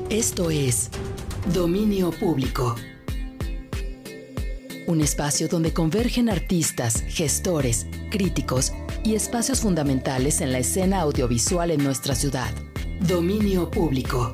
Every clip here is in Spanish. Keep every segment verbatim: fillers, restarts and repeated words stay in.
Esto es Dominio Público. Un espacio donde convergen artistas, gestores, críticos y espacios fundamentales en la escena audiovisual en nuestra ciudad. Dominio Público.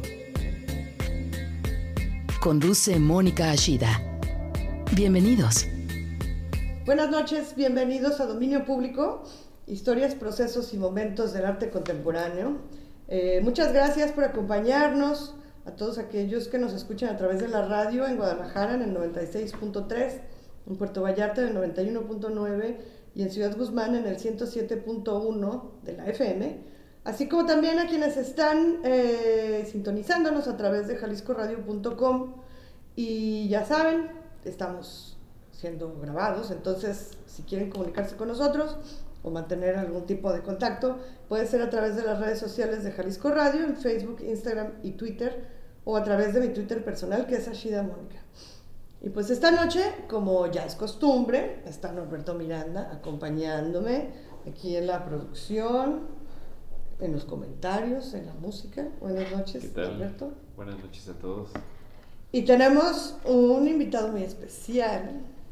Conduce Mónica Ashida. Bienvenidos. Buenas noches, bienvenidos a Dominio Público, historias, procesos y momentos del arte contemporáneo. Eh, muchas gracias por acompañarnos, a todos aquellos que nos escuchan a través de la radio en Guadalajara en el noventa y seis punto tres, en Puerto Vallarta en el noventa y uno punto nueve y en Ciudad Guzmán en el ciento siete punto uno de la F M, así como también a quienes están eh, sintonizándonos a través de jalisco radio punto com. Y ya saben, estamos siendo grabados, entonces si quieren comunicarse con nosotros o mantener algún tipo de contacto, puede ser a través de las redes sociales de Jalisco Radio, en Facebook, Instagram y Twitter, o a través de mi Twitter personal, que es Ashida Mónica. Y pues esta noche, como ya es costumbre, está Norberto Miranda acompañándome aquí en la producción, en los comentarios, en la música. Buenas noches, ¿Qué tal? Norberto. Buenas noches a todos. Y tenemos un invitado muy especial.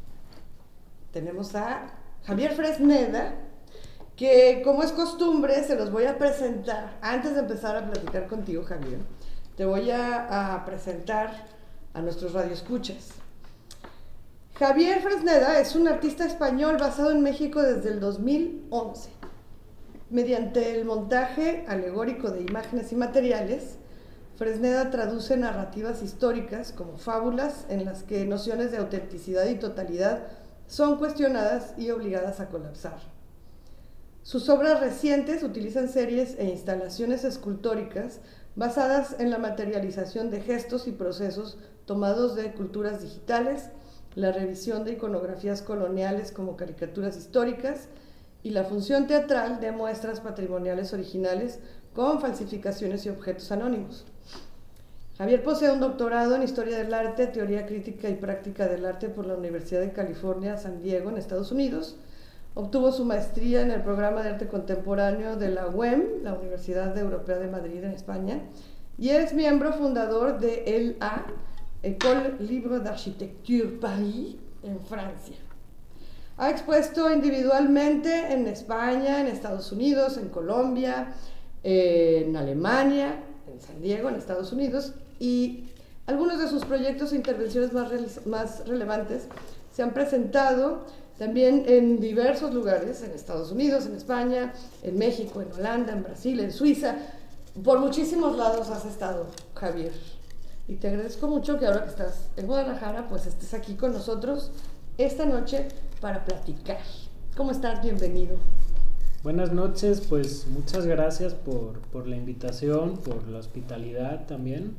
Tenemos a Javier Fresneda, que como es costumbre se los voy a presentar. Antes de empezar a platicar contigo, Javier, te voy a, a presentar a nuestros radioescuchas. Javier Fresneda es un artista español basado en México desde el dos mil once. Mediante el montaje alegórico de imágenes y materiales, Fresneda traduce narrativas históricas como fábulas en las que nociones de autenticidad y totalidad son cuestionadas y obligadas a colapsar. Sus obras recientes utilizan series e instalaciones escultóricas basadas en la materialización de gestos y procesos tomados de culturas digitales, la revisión de iconografías coloniales como caricaturas históricas y la función teatral de muestras patrimoniales originales con falsificaciones y objetos anónimos. Javier posee un doctorado en Historia del Arte, Teoría Crítica y Práctica del Arte por la Universidad de California, San Diego, en Estados Unidos. Obtuvo su maestría en el programa de arte contemporáneo de la U E M, la Universidad Europea de Madrid, en España, y es miembro fundador de L A, École Libre d'Architecture Paris, en Francia. Ha expuesto individualmente en España, en Estados Unidos, en Colombia, en Alemania, en San Diego, en Estados Unidos, y algunos de sus proyectos e intervenciones más, re más relevantes se han presentado también en diversos lugares, en Estados Unidos, en España, en México, en Holanda, en Brasil, en Suiza. Por muchísimos lados has estado, Javier. Y te agradezco mucho que ahora que estás en Guadalajara, pues estés aquí con nosotros esta noche para platicar. ¿Cómo estás? Bienvenido. Buenas noches, pues muchas gracias por, por la invitación, por la hospitalidad también.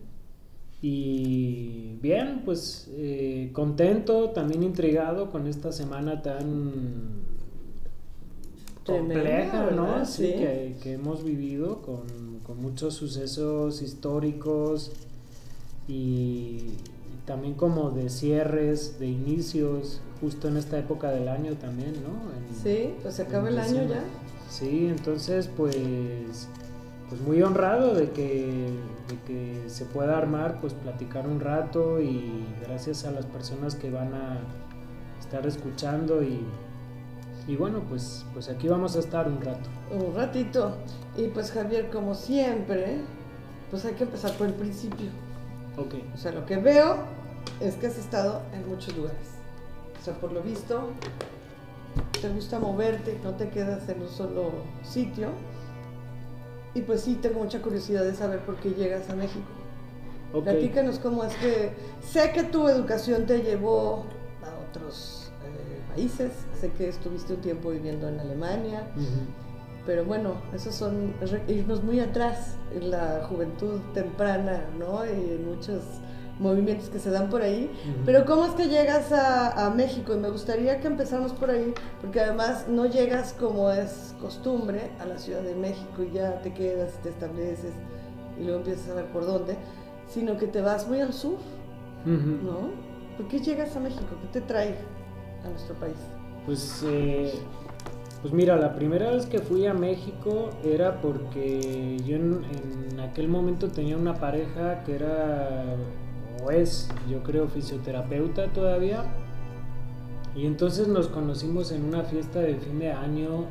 Y bien, pues eh, contento, también intrigado con esta semana tan compleja, ¿no? Sí, sí. Que, que hemos vivido con, con muchos sucesos históricos y, y también como de cierres, de inicios, justo en esta época del año también, ¿no? En, sí, pues se acaba el año ya. Sí, entonces pues... pues muy honrado de que, de que se pueda armar, pues platicar un rato, y gracias a las personas que van a estar escuchando y, y bueno, pues, pues aquí vamos a estar un rato. Un ratito. Y pues Javier, como siempre, pues hay que empezar por el principio. Ok. O sea, lo que veo es que has estado en muchos lugares. O sea, por lo visto, te gusta moverte, no te quedas en un solo sitio. Y pues sí, tengo mucha curiosidad de saber por qué llegas a México. Okay. Platícanos cómo es que... Sé que tu educación te llevó a otros eh, países, sé que estuviste un tiempo viviendo en Alemania, uh-huh. Pero bueno, esos son irnos muy atrás en la juventud temprana, ¿no? Y en muchos movimientos que se dan por ahí. Uh-huh. Pero ¿cómo es que llegas a, a México? Y me gustaría que empezáramos por ahí, porque además no llegas como es costumbre a la Ciudad de México y ya te quedas, te estableces y luego empiezas a ver por dónde, sino que te vas muy al sur, uh-huh. ¿no? ¿Por qué llegas a México? ¿Qué te trae a nuestro país? Pues, eh, pues mira, la primera vez que fui a México era porque yo en, en aquel momento tenía una pareja que era, o es, yo creo, fisioterapeuta todavía. Y entonces nos conocimos en una fiesta de fin de año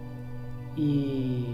y,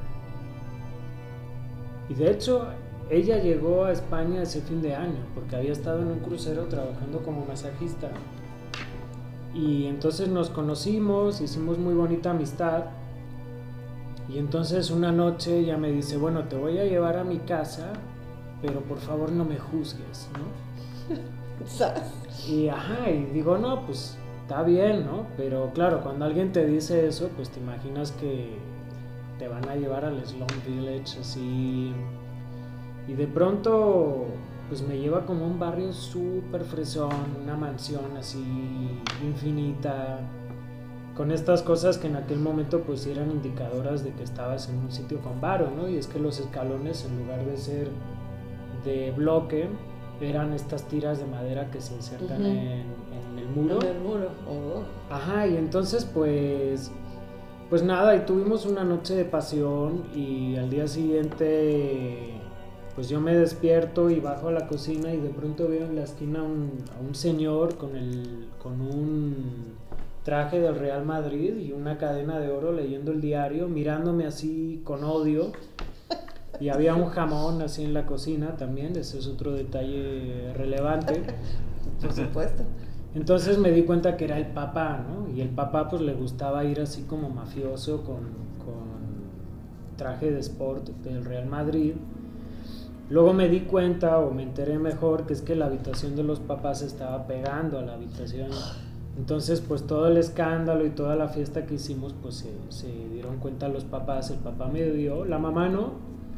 y de hecho ella llegó a España ese fin de año porque había estado en un crucero trabajando como masajista. Y entonces nos conocimos, hicimos muy bonita amistad. Y entonces una noche ella me dice, bueno, te voy a llevar a mi casa, pero por favor no me juzgues, ¿no? ¿Sabes? Y ajá, y digo, no, pues está bien, ¿no? Pero claro, cuando alguien te dice eso, pues te imaginas que te van a llevar al Slum Village así. Y de pronto, pues me lleva como a un barrio súper fresón, una mansión así infinita, con estas cosas que en aquel momento pues eran indicadoras de que estabas en un sitio con varo, ¿no? Y es que los escalones, en lugar de ser de bloque, eran estas tiras de madera que se insertan uh-huh. en, en el muro. En el muro. Oh. Ajá, y entonces pues, pues nada, y tuvimos una noche de pasión y al día siguiente pues yo me despierto y bajo a la cocina y de pronto veo en la esquina un, a un señor con, el, con un traje del Real Madrid y una cadena de oro leyendo el diario, mirándome así con odio. Y había un jamón así en la cocina también, ese es otro detalle relevante. Por supuesto. Entonces me di cuenta que era el papá, ¿no? Y el papá pues le gustaba ir así como mafioso con, con traje de sport del Real Madrid. Luego me di cuenta o me enteré mejor que es que la habitación de los papás estaba pegando a la habitación. Entonces pues todo el escándalo y toda la fiesta que hicimos pues se, se dieron cuenta los papás, el papá me dio, la mamá no.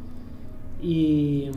Y,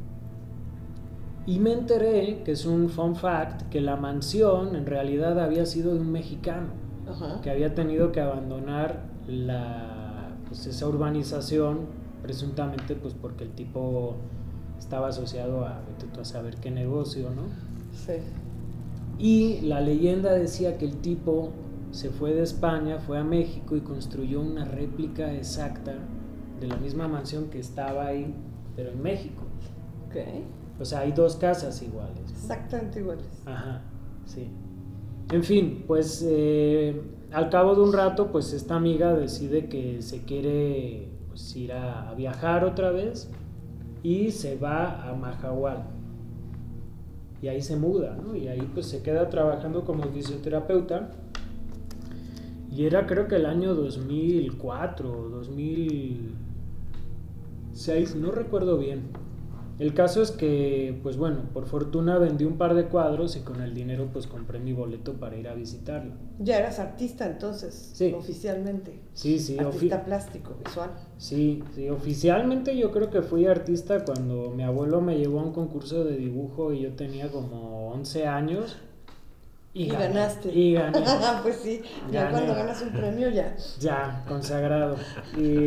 y me enteré, que es un fun fact, que la mansión en realidad había sido de un mexicano. Uh-huh. Que había tenido que abandonar la, pues esa urbanización presuntamente pues porque el tipo estaba asociado a, vete tú a saber qué negocio, ¿no? Sí. Y la leyenda decía que el tipo se fue de España, fue a México y construyó una réplica exacta de la misma mansión que estaba ahí, pero en México. Okay. O sea, hay dos casas iguales, ¿no? Exactamente iguales. Ajá, sí. En fin, pues eh, al cabo de un rato, pues esta amiga decide que se quiere pues, ir a, a viajar otra vez y se va a Mahahual. Y ahí se muda, ¿no? Y ahí pues se queda trabajando como fisioterapeuta. Y era creo que el año dos mil cuatro o dos mil seis, no recuerdo bien. El caso es que, pues bueno, por fortuna vendí un par de cuadros y con el dinero pues compré mi boleto para ir a visitarlo. Ya eras artista entonces, sí. Oficialmente. Sí, sí. Artista ofi- plástico, visual. Sí, sí, oficialmente yo creo que fui artista cuando mi abuelo me llevó a un concurso de dibujo y yo tenía como once años. Y, y gané, ganaste. Y gané. Pues sí, ya gané. Cuando ganas un premio ya. Ya, consagrado. Y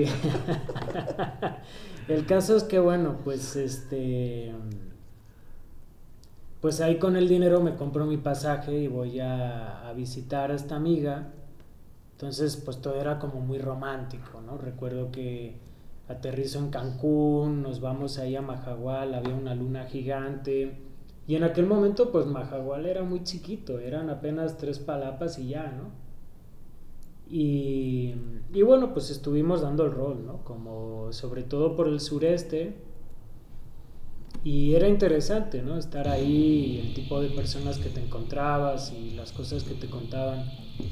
el caso es que bueno, pues este pues ahí con el dinero me compro mi pasaje y voy a, a visitar a esta amiga. Entonces pues todo era como muy romántico, ¿no? Recuerdo que aterrizo en Cancún, nos vamos ahí a Mahahual, había una luna gigante. Y en aquel momento pues Mahahual era muy chiquito, eran apenas tres palapas y ya, ¿no? Y, y bueno, pues estuvimos dando el rol, ¿no? Como sobre todo por el sureste. Y era interesante, ¿no? Estar ahí, el tipo de personas que te encontrabas y las cosas que te contaban.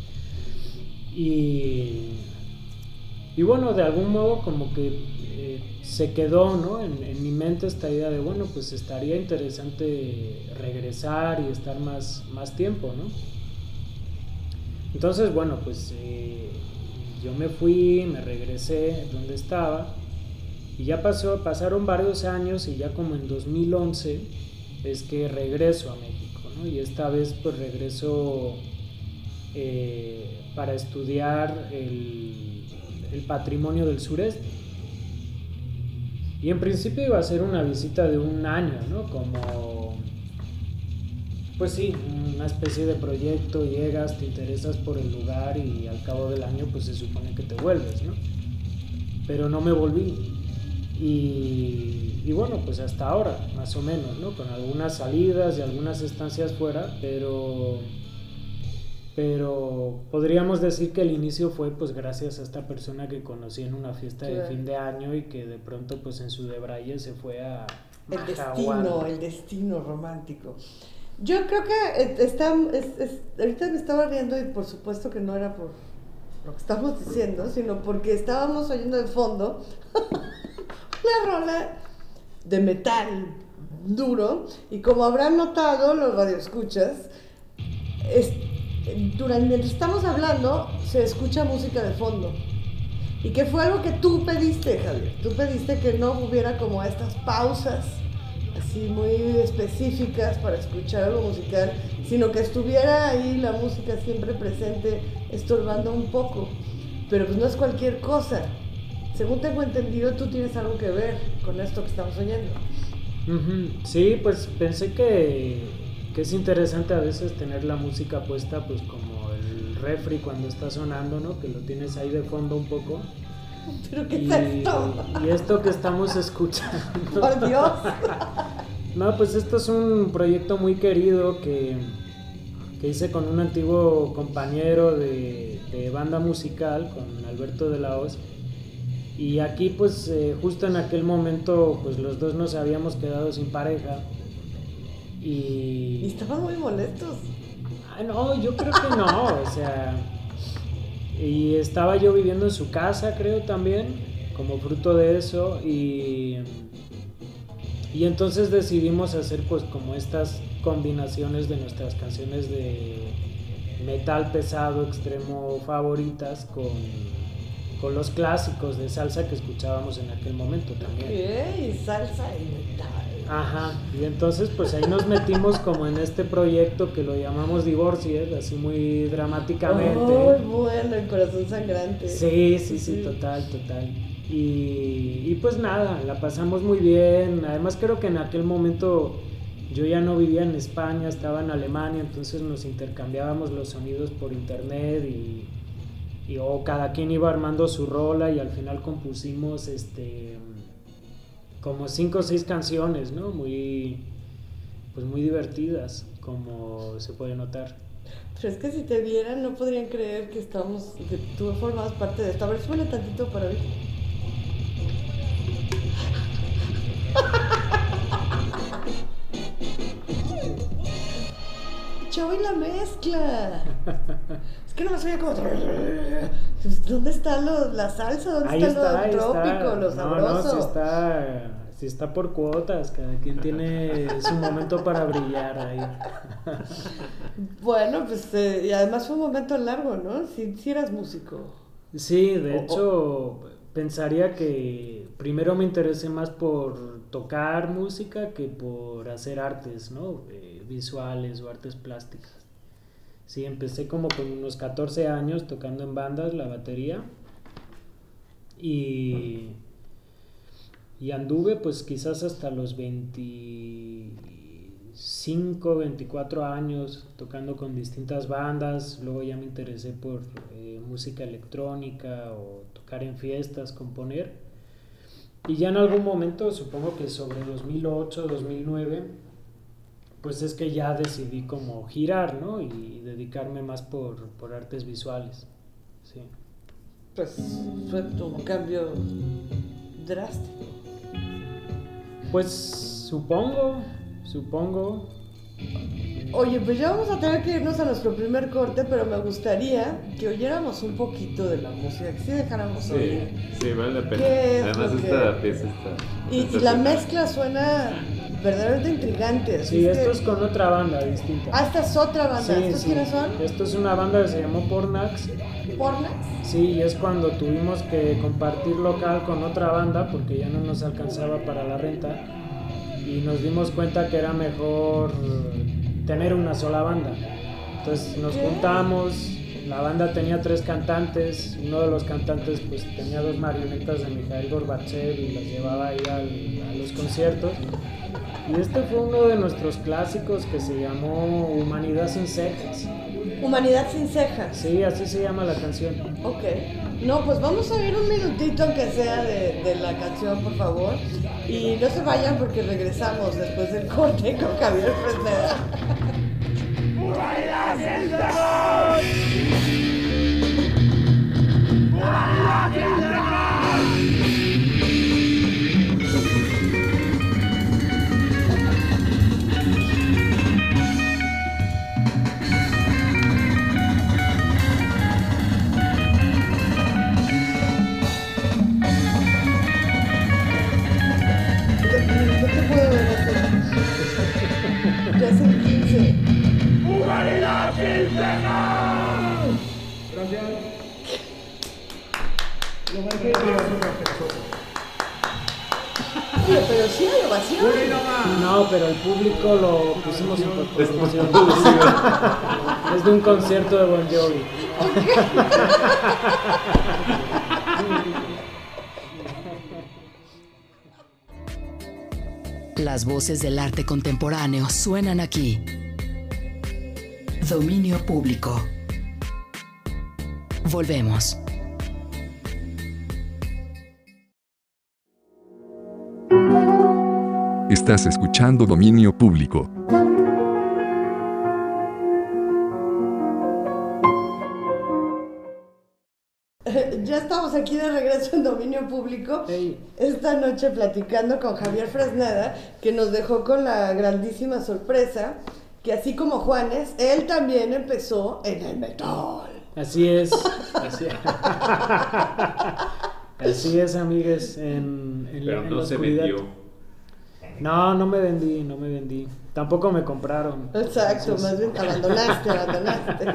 Y, y bueno, de algún modo como que eh, se quedó, ¿no? En, en mi mente esta idea de, bueno, pues estaría interesante regresar y estar más, más tiempo, ¿no? Entonces, bueno, pues eh, yo me fui, me regresé donde estaba y ya pasó, pasaron varios años y ya como en dos mil once es que regreso a México, ¿no? Y esta vez pues regreso eh, para estudiar el, el patrimonio del sureste. Y en principio iba a ser una visita de un año, ¿no? Como, pues sí, una especie de proyecto, llegas, te interesas por el lugar y al cabo del año pues se supone que te vuelves, ¿no? Pero no me volví. Y, y bueno, pues hasta ahora, más o menos, ¿no? Con algunas salidas y algunas estancias fuera, pero, pero podríamos decir que el inicio fue pues gracias a esta persona que conocí en una fiesta de Claro. fin de año y que de pronto pues en su debraye se fue a El Majahual. destino, el destino romántico. Yo creo que eh, está, es, es- ahorita me estaba riendo y por supuesto que no era por lo que estamos diciendo, sino porque estábamos oyendo de fondo una rola de metal duro y como habrán notado los radioescuchas, es, durante mientras estamos hablando se escucha música de fondo. Y que fue algo que tú pediste, Javier. Tú pediste que no hubiera como estas pausas así muy específicas para escuchar algo musical, sino que estuviera ahí la música siempre presente, estorbando un poco. Pero pues no es cualquier cosa. Según tengo entendido, tú tienes algo que ver con esto que estamos oyendo. Ujú. Sí, pues pensé que, que es interesante a veces tener la música puesta pues como el refri cuando está sonando, ¿no? Que lo tienes ahí de fondo un poco. ¿Pero qué Y, es esto? y esto que estamos escuchando. ¡Por Dios! No, pues esto es un proyecto muy querido que, que hice con un antiguo compañero de, de banda musical, con Alberto de la Hoz. Y aquí pues eh, justo en aquel momento pues los dos nos habíamos quedado sin pareja. Y Y... estaban muy molestos. Ay, no, yo creo que no, o sea... Y estaba yo viviendo en su casa, creo también, como fruto de eso. Y... Y entonces decidimos hacer pues como estas combinaciones de nuestras canciones de metal pesado extremo favoritas con, con los clásicos de salsa que escuchábamos en aquel momento también. Ok, salsa y metal. Ajá, y entonces pues ahí nos metimos como en este proyecto que lo llamamos Divorcied, así muy dramáticamente. Oh, bueno, el corazón sangrante. Sí, sí, sí, total, total. Y, y pues nada, la pasamos muy bien. Además creo que en aquel momento yo ya no vivía en España, estaba en Alemania, entonces nos intercambiábamos los sonidos por internet y, y o cada quien iba armando su rola y al final compusimos este como cinco o seis canciones, ¿no? Muy pues muy divertidas, como se puede notar. Pero es que si te vieran no podrían creer que estamos, que tú formabas parte de esto. A ver, suena tantito para ver. Chavo y la mezcla. Es que no me sabía como. ¿Dónde está lo, la salsa? ¿Dónde Ahí está, está, lo ahí trópico, está. lo No, sabroso? no, sí está, sí está por cuotas, cada quien tiene su momento para brillar ahí. Bueno, pues eh, y además fue un momento largo, ¿no? Si, si eras músico. Sí, de O- hecho, pensaría que primero me interesé más por tocar música que por hacer artes, ¿no? Eh, visuales o artes plásticas. Sí, empecé como con unos catorce años tocando en bandas la batería y, y anduve pues quizás hasta los veinticinco, veinticuatro años tocando con distintas bandas. Luego ya me interesé por eh, música electrónica o tocar en fiestas, componer. Y ya en algún momento, supongo que sobre dos mil ocho, dos mil nueve, pues es que ya decidí como girar, ¿no? Y dedicarme más por, por artes visuales. Sí. Pues fue un cambio drástico. Pues supongo, supongo. Oye, pues ya vamos a tener que irnos a nuestro primer corte, pero me gustaría que oyéramos un poquito de la música, que sí dejáramos Sí, oír. sí, vale la pena. ¿Qué es Además lo esta que- pieza está... Y, está y la súper. mezcla suena verdaderamente intrigante. así Sí, es esto que- es con otra banda distinta. Ah, esta es otra banda. Sí, ¿Estos sí. quiénes son? Esto es una banda que se llamó Pornax. ¿Pornax? Sí, y es cuando tuvimos que compartir local con otra banda porque ya no nos alcanzaba para la renta y nos dimos cuenta que era mejor tener una sola banda. Entonces nos ¿Qué? juntamos, la banda tenía tres cantantes, uno de los cantantes pues tenía dos marionetas de Mikhail Gorbachev y las llevaba ahí al- a los conciertos. Y este fue uno de nuestros clásicos que se llamó Humanidad sin cejas. Humanidad sin cejas. Sí, así se llama la canción. Ok. No, pues vamos a oír un minutito aunque sea de, de la canción, por favor. Y no se vayan porque regresamos después del corte con Javier Fresneda. Ya es el quince. ¡Humanidad Filtreja! Gracias. Lo más que es una persona. Oye, pero sí hay ovación. No, pero el público lo pusimos en postproducción. Es de un concierto de Bon Jovi. Las voces del arte contemporáneo suenan aquí. Dominio público. Volvemos. Estás escuchando Dominio Público. Ya estamos aquí de regreso en Dominio Público. Hey. Esta noche platicando con Javier Fresneda, que nos dejó con la grandísima sorpresa que así como Juanes, él también empezó en el metal. Así es. Así, así es, amigues. En, en Pero la, en no la se oscuridad. vendió. No, no me vendí, no me vendí. Tampoco me compraron. Exacto, Entonces, más bien abandonaste, abandonaste.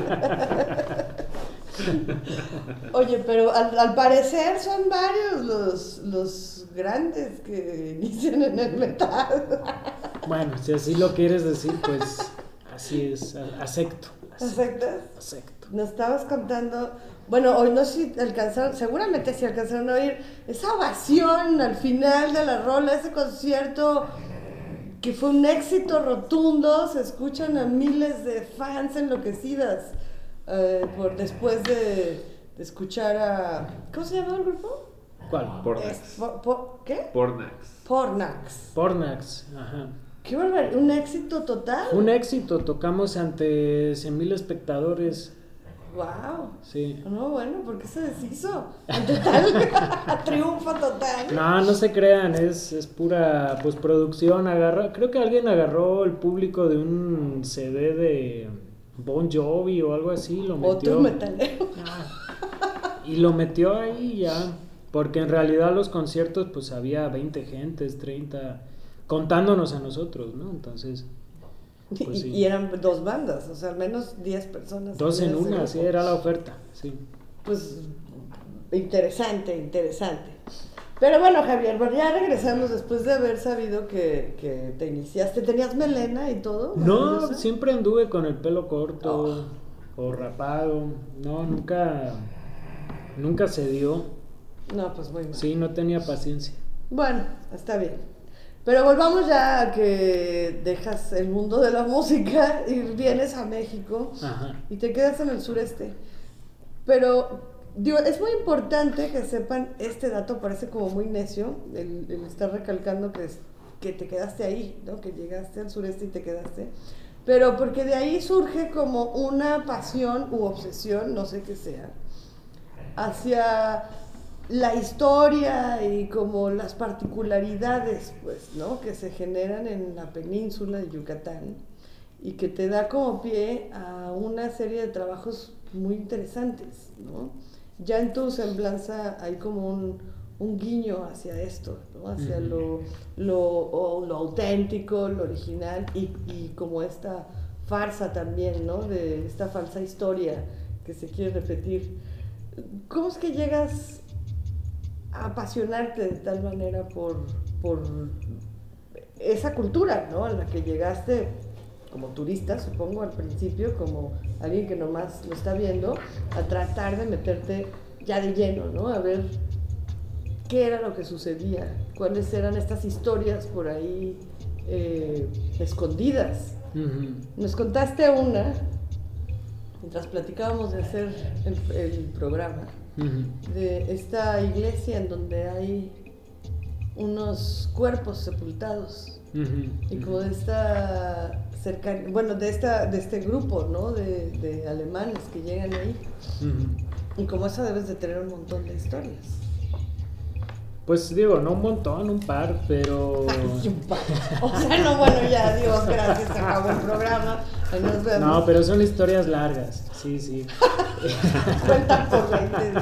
Oye, pero al, al parecer son varios los, los grandes que inician en el metal. Bueno, si así lo quieres decir, pues así es. a- Acepto. ¿Aceptas? Acepto. Nos estabas contando, bueno, hoy no sé si alcanzaron, seguramente si alcanzaron a oír esa ovación al final de la rola, ese concierto que fue un éxito rotundo, se escuchan a miles de fans enloquecidas eh, por después de, de escuchar a, ¿cómo se llama el grupo? ¿Cuál? Pornax. Es- po- po- ¿Qué? Pornax. Pornax. Pornax. Ajá. Qué barbaridad, un éxito total. Un éxito. Tocamos ante cien mil espectadores. Wow. Sí. No, bueno, ¿por qué se deshizo? En total, triunfo total. No, no se crean, es, es pura postproducción. Agarra, creo que alguien agarró el público de un C D de Bon Jovi o algo así, lo metió. Otro metalero. Y lo metió ahí ya. Porque en realidad los conciertos pues había veinte gentes, treinta, contándonos a nosotros, ¿no? Entonces, pues y, sí. y eran dos bandas, o sea, al menos diez personas. Dos en ese una, grupo. sí, era la oferta, sí. Pues interesante, interesante. Pero bueno, Javier, bueno, ya regresamos después de haber sabido que, que te iniciaste. ¿Tenías melena y todo? No, ¿Maravillosa? siempre anduve con el pelo corto Oh. o rapado. No, nunca, nunca se dio. No, pues muy mal. Sí, no tenía paciencia. Bueno, está bien. Pero volvamos ya a que dejas el mundo de la música y vienes a México Ajá. y te quedas en el sureste. Pero, digo, es muy importante que sepan este dato, parece como muy necio, el, el estar recalcando que, es- que te quedaste ahí, ¿no? Que llegaste al sureste y te quedaste. Pero porque de ahí surge como una pasión u obsesión, no sé qué sea, hacia la historia y como las particularidades, pues, ¿no? Que se generan en la península de Yucatán y que te da como pie a una serie de trabajos muy interesantes, ¿no? Ya en tu semblanza hay como un, un guiño hacia esto, ¿no? Hacia Ujú. lo, lo, o lo auténtico, lo original y, y como esta farsa también, ¿no? De esta falsa historia que se quiere repetir. ¿Cómo es que llegas a apasionarte de tal manera por, por esa cultura, ¿no? A la que llegaste como turista, supongo, al principio, como alguien que nomás lo está viendo, a tratar de meterte ya de lleno, ¿no? A ver qué era lo que sucedía, cuáles eran estas historias por ahí eh, escondidas. Ujú. Nos contaste una, mientras platicábamos de hacer el, el programa, uh-huh. de esta iglesia en donde hay unos cuerpos sepultados, uh-huh. y como de esta cercanía, bueno, de esta de este grupo, ¿no? De, de alemanes que llegan ahí, uh-huh. y como esa debes de tener un montón de historias. Pues digo, no un montón, un par, pero... Ay, un par. O sea, no, bueno, ya, Dios, gracias, se acabó el programa. Nos vemos. No, pero son historias largas, sí, sí. Cuenta por veinte.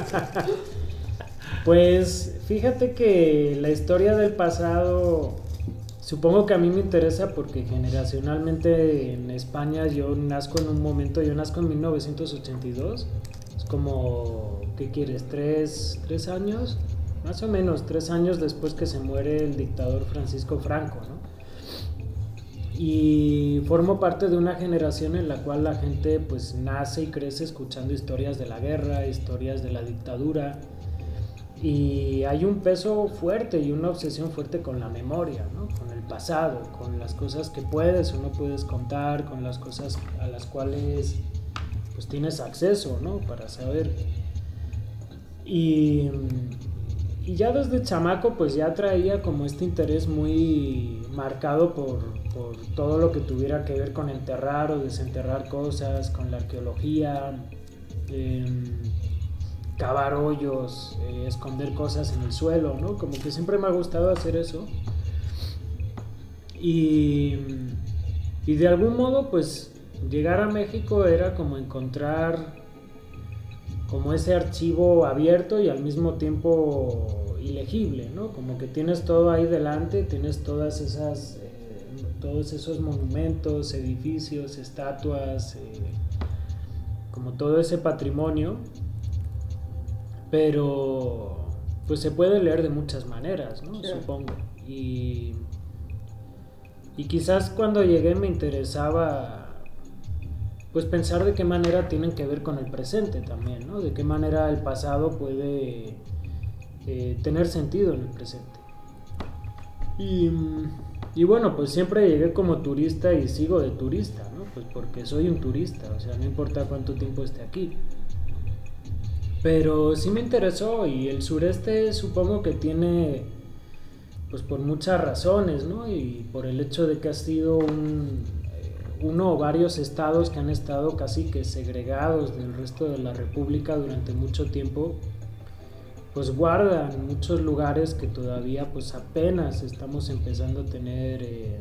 Pues fíjate que la historia del pasado, supongo que a mí me interesa porque generacionalmente en España yo nazco en un momento, yo nazco en mil novecientos ochenta y dos, es como, ¿qué quieres? ¿Tres, tres años? Más o menos tres años después que se muere el dictador Francisco Franco, ¿no? Y formo parte de una generación en la cual la gente pues nace y crece escuchando historias de la guerra, historias de la dictadura, y hay un peso fuerte y una obsesión fuerte con la memoria, ¿no? Con el pasado, con las cosas que puedes o no puedes contar, con las cosas a las cuales pues tienes acceso, ¿no? Para saber. Y... Y ya desde chamaco pues ya traía como este interés muy marcado por, por todo lo que tuviera que ver con enterrar o desenterrar cosas, con la arqueología, eh, cavar hoyos, eh, esconder cosas en el suelo, ¿no? Como que siempre me ha gustado hacer eso. Y, y de algún modo pues llegar a México era como encontrar como ese archivo abierto y al mismo tiempo ilegible, ¿no? Como que tienes todo ahí delante, tienes todas esas, eh, todos esos monumentos, edificios, estatuas, eh, como todo ese patrimonio, pero pues se puede leer de muchas maneras, ¿no? Sí. Supongo. Y, y quizás cuando llegué me interesaba pues pensar de qué manera tienen que ver con el presente también, ¿no? De qué manera el pasado puede eh, tener sentido en el presente. Y, y bueno, pues siempre llegué como turista y sigo de turista, ¿no? Pues porque soy un turista, o sea, no importa cuánto tiempo esté aquí. Pero sí me interesó, y el sureste supongo que tiene, pues por muchas razones, ¿no? Y por el hecho de que ha sido un... uno o varios estados que han estado casi que segregados del resto de la república durante mucho tiempo, pues guardan muchos lugares que todavía pues apenas estamos empezando a tener eh,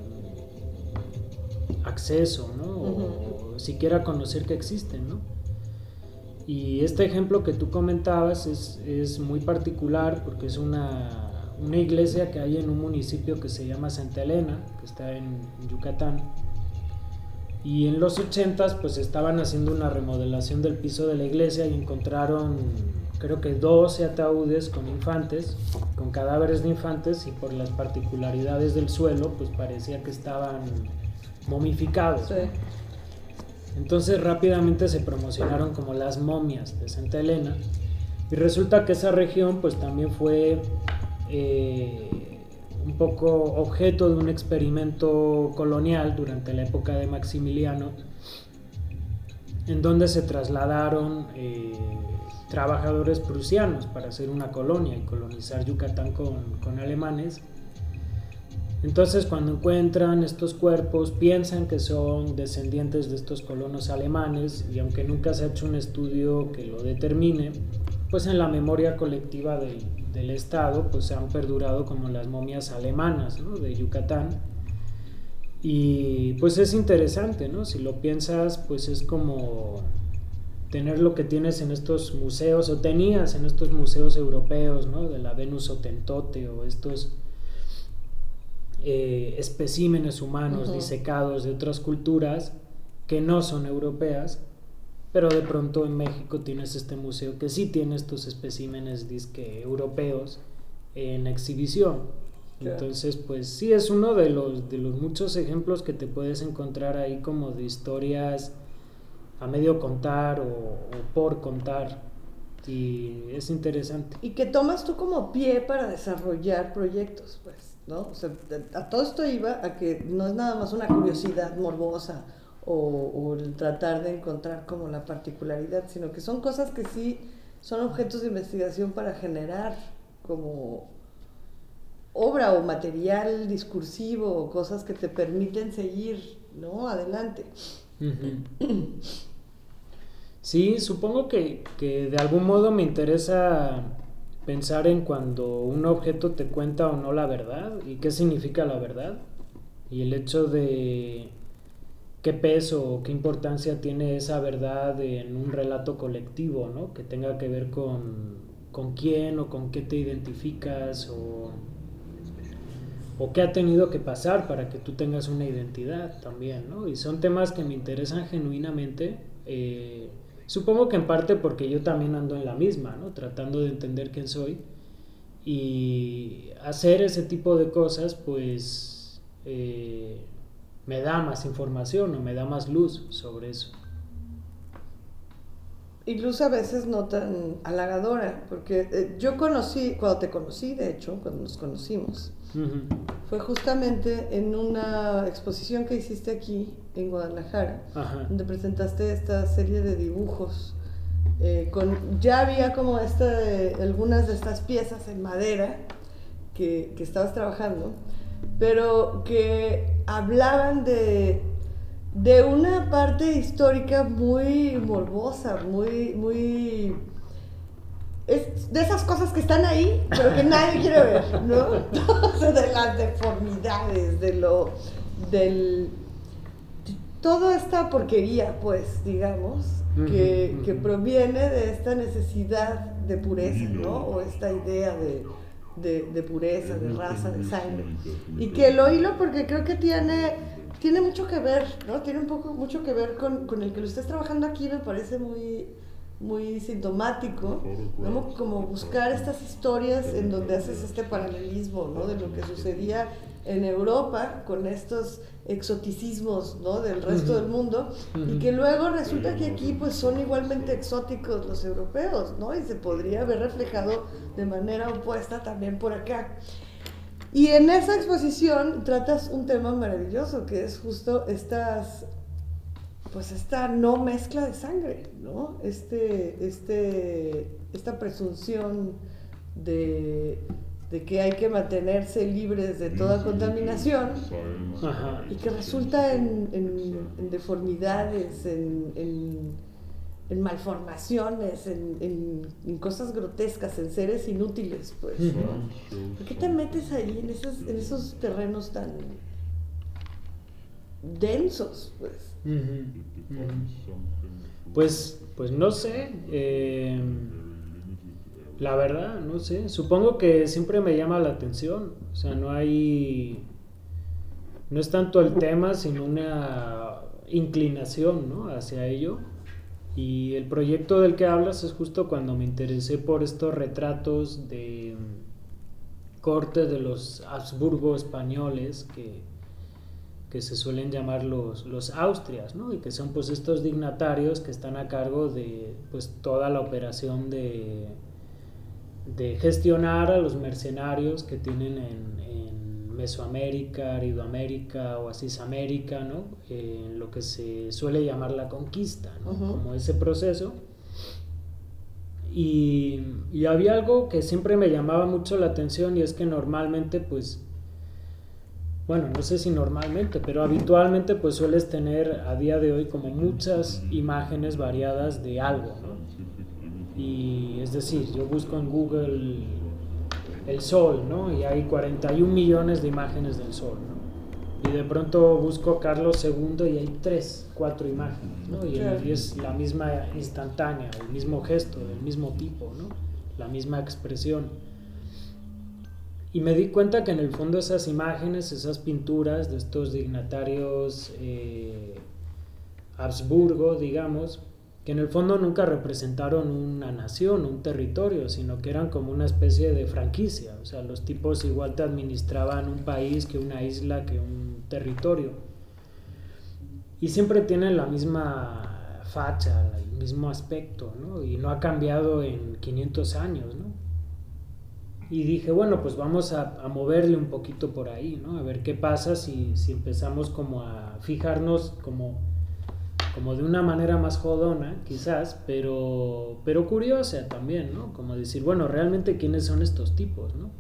acceso, ¿no? O, o siquiera conocer que existen, ¿no? Y este ejemplo que tú comentabas es, es muy particular porque es una, una iglesia que hay en un municipio que se llama Santa Elena, que está en, en Yucatán. Y en los ochentas pues estaban haciendo una remodelación del piso de la iglesia y encontraron creo que doce ataúdes con infantes, con cadáveres de infantes, y por las particularidades del suelo pues parecía que estaban momificados. Sí. Entonces rápidamente se promocionaron como las momias de Santa Elena, y resulta que esa región pues también fue eh, un poco objeto de un experimento colonial durante la época de Maximiliano, en donde se trasladaron eh, trabajadores prusianos para hacer una colonia y colonizar Yucatán con, con alemanes. Entonces cuando encuentran estos cuerpos piensan que son descendientes de estos colonos alemanes, y aunque nunca se ha hecho un estudio que lo determine, pues en la memoria colectiva del, del estado pues se han perdurado como las momias alemanas, ¿no? De Yucatán. Y pues es interesante, ¿no? Si lo piensas, pues es como tener lo que tienes en estos museos, o tenías en estos museos europeos, ¿no? De la Venus Hotentote, o estos eh, especímenes humanos uh-huh. disecados de otras culturas que no son europeas, pero de pronto en México tienes este museo que sí tiene estos especímenes disque europeos en exhibición. Entonces pues sí, es uno de los, de los muchos ejemplos que te puedes encontrar ahí como de historias a medio contar o, o por contar, y es interesante. Y que tomas tú como pie para desarrollar proyectos, pues, ¿no? O sea, a todo esto iba a que no es nada más una curiosidad morbosa o, o el tratar de encontrar como la particularidad, sino que son cosas que sí son objetos de investigación para generar como obra o material discursivo o cosas que te permiten seguir, ¿no? Adelante. Uh-huh. Sí, supongo que, que de algún modo me interesa pensar en cuando un objeto te cuenta o no la verdad y qué significa la verdad y el hecho de qué peso o qué importancia tiene esa verdad en un relato colectivo, ¿no? Que tenga que ver con, con quién o con qué te identificas o, o qué ha tenido que pasar para que tú tengas una identidad también, ¿no? Y son temas que me interesan genuinamente. Eh, Supongo que en parte porque yo también ando en la misma, ¿no? Tratando de entender quién soy y hacer ese tipo de cosas, pues eh, me da más información o me da más luz sobre eso. Y luz a veces no tan halagadora, porque eh, yo conocí, cuando te conocí, de hecho, cuando nos conocimos, uh-huh. fue justamente en una exposición que hiciste aquí en Guadalajara, uh-huh. donde presentaste esta serie de dibujos. Eh, con, ya había como esta, eh, algunas de estas piezas en madera que, que estabas trabajando, pero que hablaban de... de una parte histórica muy morbosa, muy, muy... Es de esas cosas que están ahí, pero que nadie quiere ver, ¿no? De las deformidades, de lo... del... toda esta porquería, pues, digamos, que, que proviene de esta necesidad de pureza, ¿no? O esta idea de, de, de pureza, de raza, de sangre. Y que lo hilo porque creo que tiene... tiene mucho que ver, ¿no? Tiene un poco mucho que ver con, con el que lo estés trabajando aquí, me parece muy, muy sintomático, ¿no? Como buscar estas historias en donde haces este paralelismo, ¿no? De lo que sucedía en Europa con estos exoticismos, ¿no? Del resto uh-huh. del mundo, uh-huh. y que luego resulta que aquí pues son igualmente exóticos los europeos, ¿no? Y se podría haber reflejado de manera opuesta también por acá. Y en esa exposición tratas un tema maravilloso, que es justo estas, pues esta no mezcla de sangre, ¿no? Este, este, esta presunción de, de que hay que mantenerse libres de toda contaminación, ajá. y que resulta en, en, en deformidades, en, en, en malformaciones, en, en, en cosas grotescas, en seres inútiles, pues, ¿no? ¿Por qué te metes ahí en esos, en esos terrenos tan densos, pues? Uh-huh. Uh-huh. Pues, pues no sé, eh, la verdad, no sé, supongo que siempre me llama la atención, o sea, no hay, no es tanto el tema, sino una inclinación, ¿no? Hacia ello. Y el proyecto del que hablas es justo cuando me interesé por estos retratos de corte de los Habsburgo españoles que, que se suelen llamar los, los Austrias, ¿no? Y que son pues estos dignatarios que están a cargo de pues toda la operación de, de gestionar a los mercenarios que tienen en, en Mesoamérica, Aridoamérica o Asisamérica, ¿no? Eh, lo que se suele llamar la conquista, ¿no? Uh-huh. Como ese proceso. Y, y había algo que siempre me llamaba mucho la atención, y es que normalmente, pues, bueno, no sé si normalmente, pero habitualmente pues sueles tener a día de hoy como muchas imágenes variadas de algo, ¿no? Y es decir, yo busco en Google el sol, ¿no? Y hay cuarenta y un millones de imágenes del sol, ¿no? Y de pronto busco Carlos segundo y hay tres, cuatro imágenes, ¿no? Y, el, y es la misma instantánea, el mismo gesto, del mismo tipo, ¿no? La misma expresión. Y me di cuenta que en el fondo esas imágenes, esas pinturas de estos dignatarios eh, Habsburgo, digamos, que en el fondo nunca representaron una nación, un territorio, sino que eran como una especie de franquicia. O sea, los tipos igual te administraban un país que una isla, que un territorio. Y siempre tienen la misma facha, el mismo aspecto, ¿no? Y no ha cambiado en quinientos años, ¿no? Y dije, bueno, pues vamos a, a moverle un poquito por ahí, ¿no? A ver qué pasa si, si empezamos como a fijarnos como... como de una manera más jodona, quizás, pero, pero curiosa también, ¿no? Como decir, bueno, realmente quiénes son estos tipos, ¿no?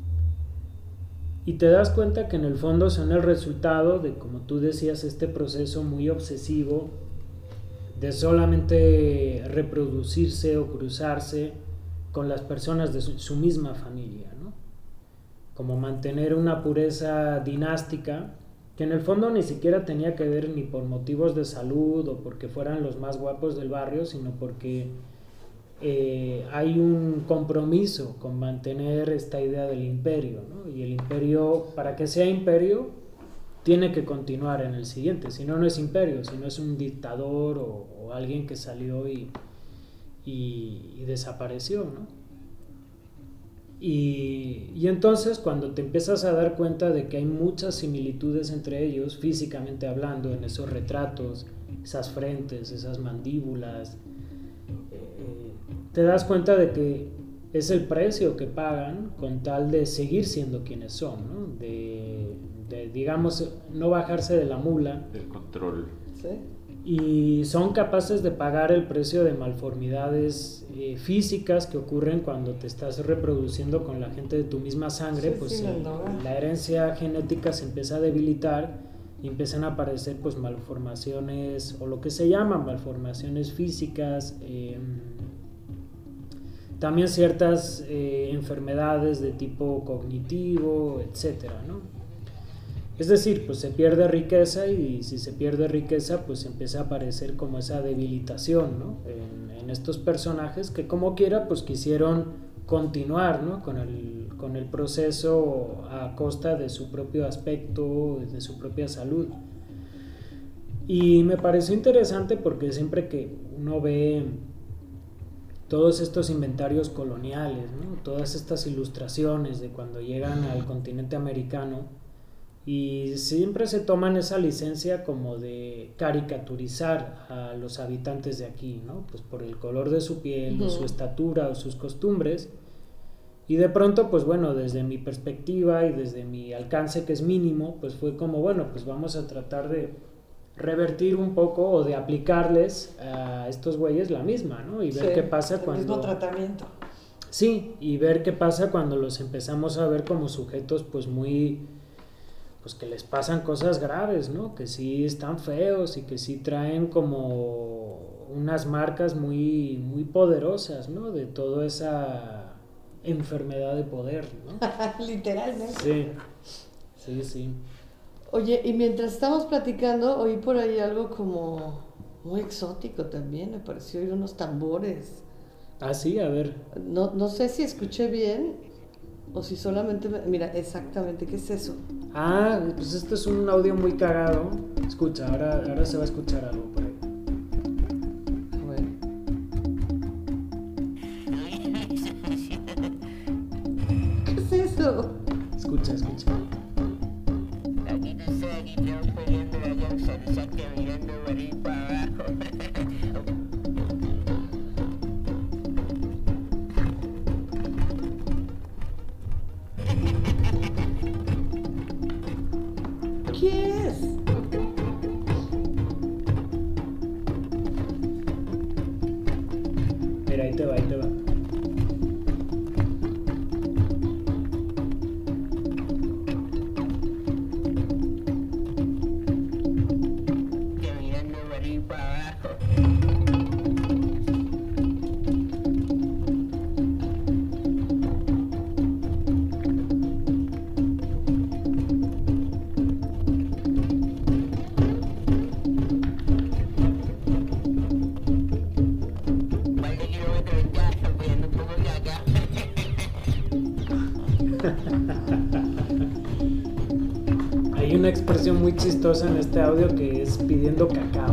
Y te das cuenta que en el fondo son el resultado de, como tú decías, este proceso muy obsesivo de solamente reproducirse o cruzarse con las personas de su, su misma familia, ¿no? Como mantener una pureza dinástica que en el fondo ni siquiera tenía que ver ni por motivos de salud o porque fueran los más guapos del barrio, sino porque eh, hay un compromiso con mantener esta idea del imperio, ¿no? Y el imperio, para que sea imperio, tiene que continuar en el siguiente, si no, no es imperio, si no es un dictador o, o alguien que salió y, y, y desapareció, ¿no? Y, y entonces cuando te empiezas a dar cuenta de que hay muchas similitudes entre ellos, físicamente hablando, en esos retratos, esas frentes, esas mandíbulas, eh, te das cuenta de que es el precio que pagan con tal de seguir siendo quienes son, ¿no? De, de, digamos, no bajarse de la mula. Del control. ¿Sí? Y son capaces de pagar el precio de malformidades eh, físicas que ocurren cuando te estás reproduciendo con la gente de tu misma sangre. Sí, pues sí, eh, no, no. la herencia genética se empieza a debilitar y empiezan a aparecer pues malformaciones o lo que se llaman malformaciones físicas, eh, también ciertas eh, enfermedades de tipo cognitivo, etcétera, ¿no? Es decir, pues se pierde riqueza y si se pierde riqueza, pues empieza a aparecer como esa debilitación, ¿no? En, en estos personajes que como quiera, pues quisieron continuar, ¿no? Con el, con el proceso a costa de su propio aspecto, de su propia salud. Y me pareció interesante porque siempre que uno ve todos estos inventarios coloniales, ¿no? Todas estas ilustraciones de cuando llegan al continente americano, y siempre se toman esa licencia como de caricaturizar a los habitantes de aquí, ¿no? Pues por el color de su piel, uh-huh. o su estatura, o sus costumbres. Y de pronto, pues bueno, desde mi perspectiva y desde mi alcance, que es mínimo, pues fue como, bueno, pues vamos a tratar de revertir un poco o de aplicarles a estos güeyes la misma, ¿no? Y ver sí, qué pasa cuando... el mismo tratamiento. Sí, y ver qué pasa cuando los empezamos a ver como sujetos, pues muy... pues que les pasan cosas graves, ¿no? Que sí están feos y que sí traen como unas marcas muy, muy poderosas, ¿no? De toda esa enfermedad de poder, ¿no? Literalmente. Sí, sí, sí. Oye, y mientras estamos platicando, oí por ahí algo como muy exótico también, me pareció oír unos tambores. Ah, sí, a ver. No, no sé si escuché bien o si solamente... Me... Mira, exactamente, ¿qué es eso? Ah, pues esto es un audio muy cagado. Escucha, ahora, ahora se va a escuchar algo por ahí. Bueno. ¿Qué es eso? Escucha, escucha. ¿Qué es? Mira, ahí te va, ahí te va. Hay una expresión muy chistosa en este audio que es pidiendo cacao.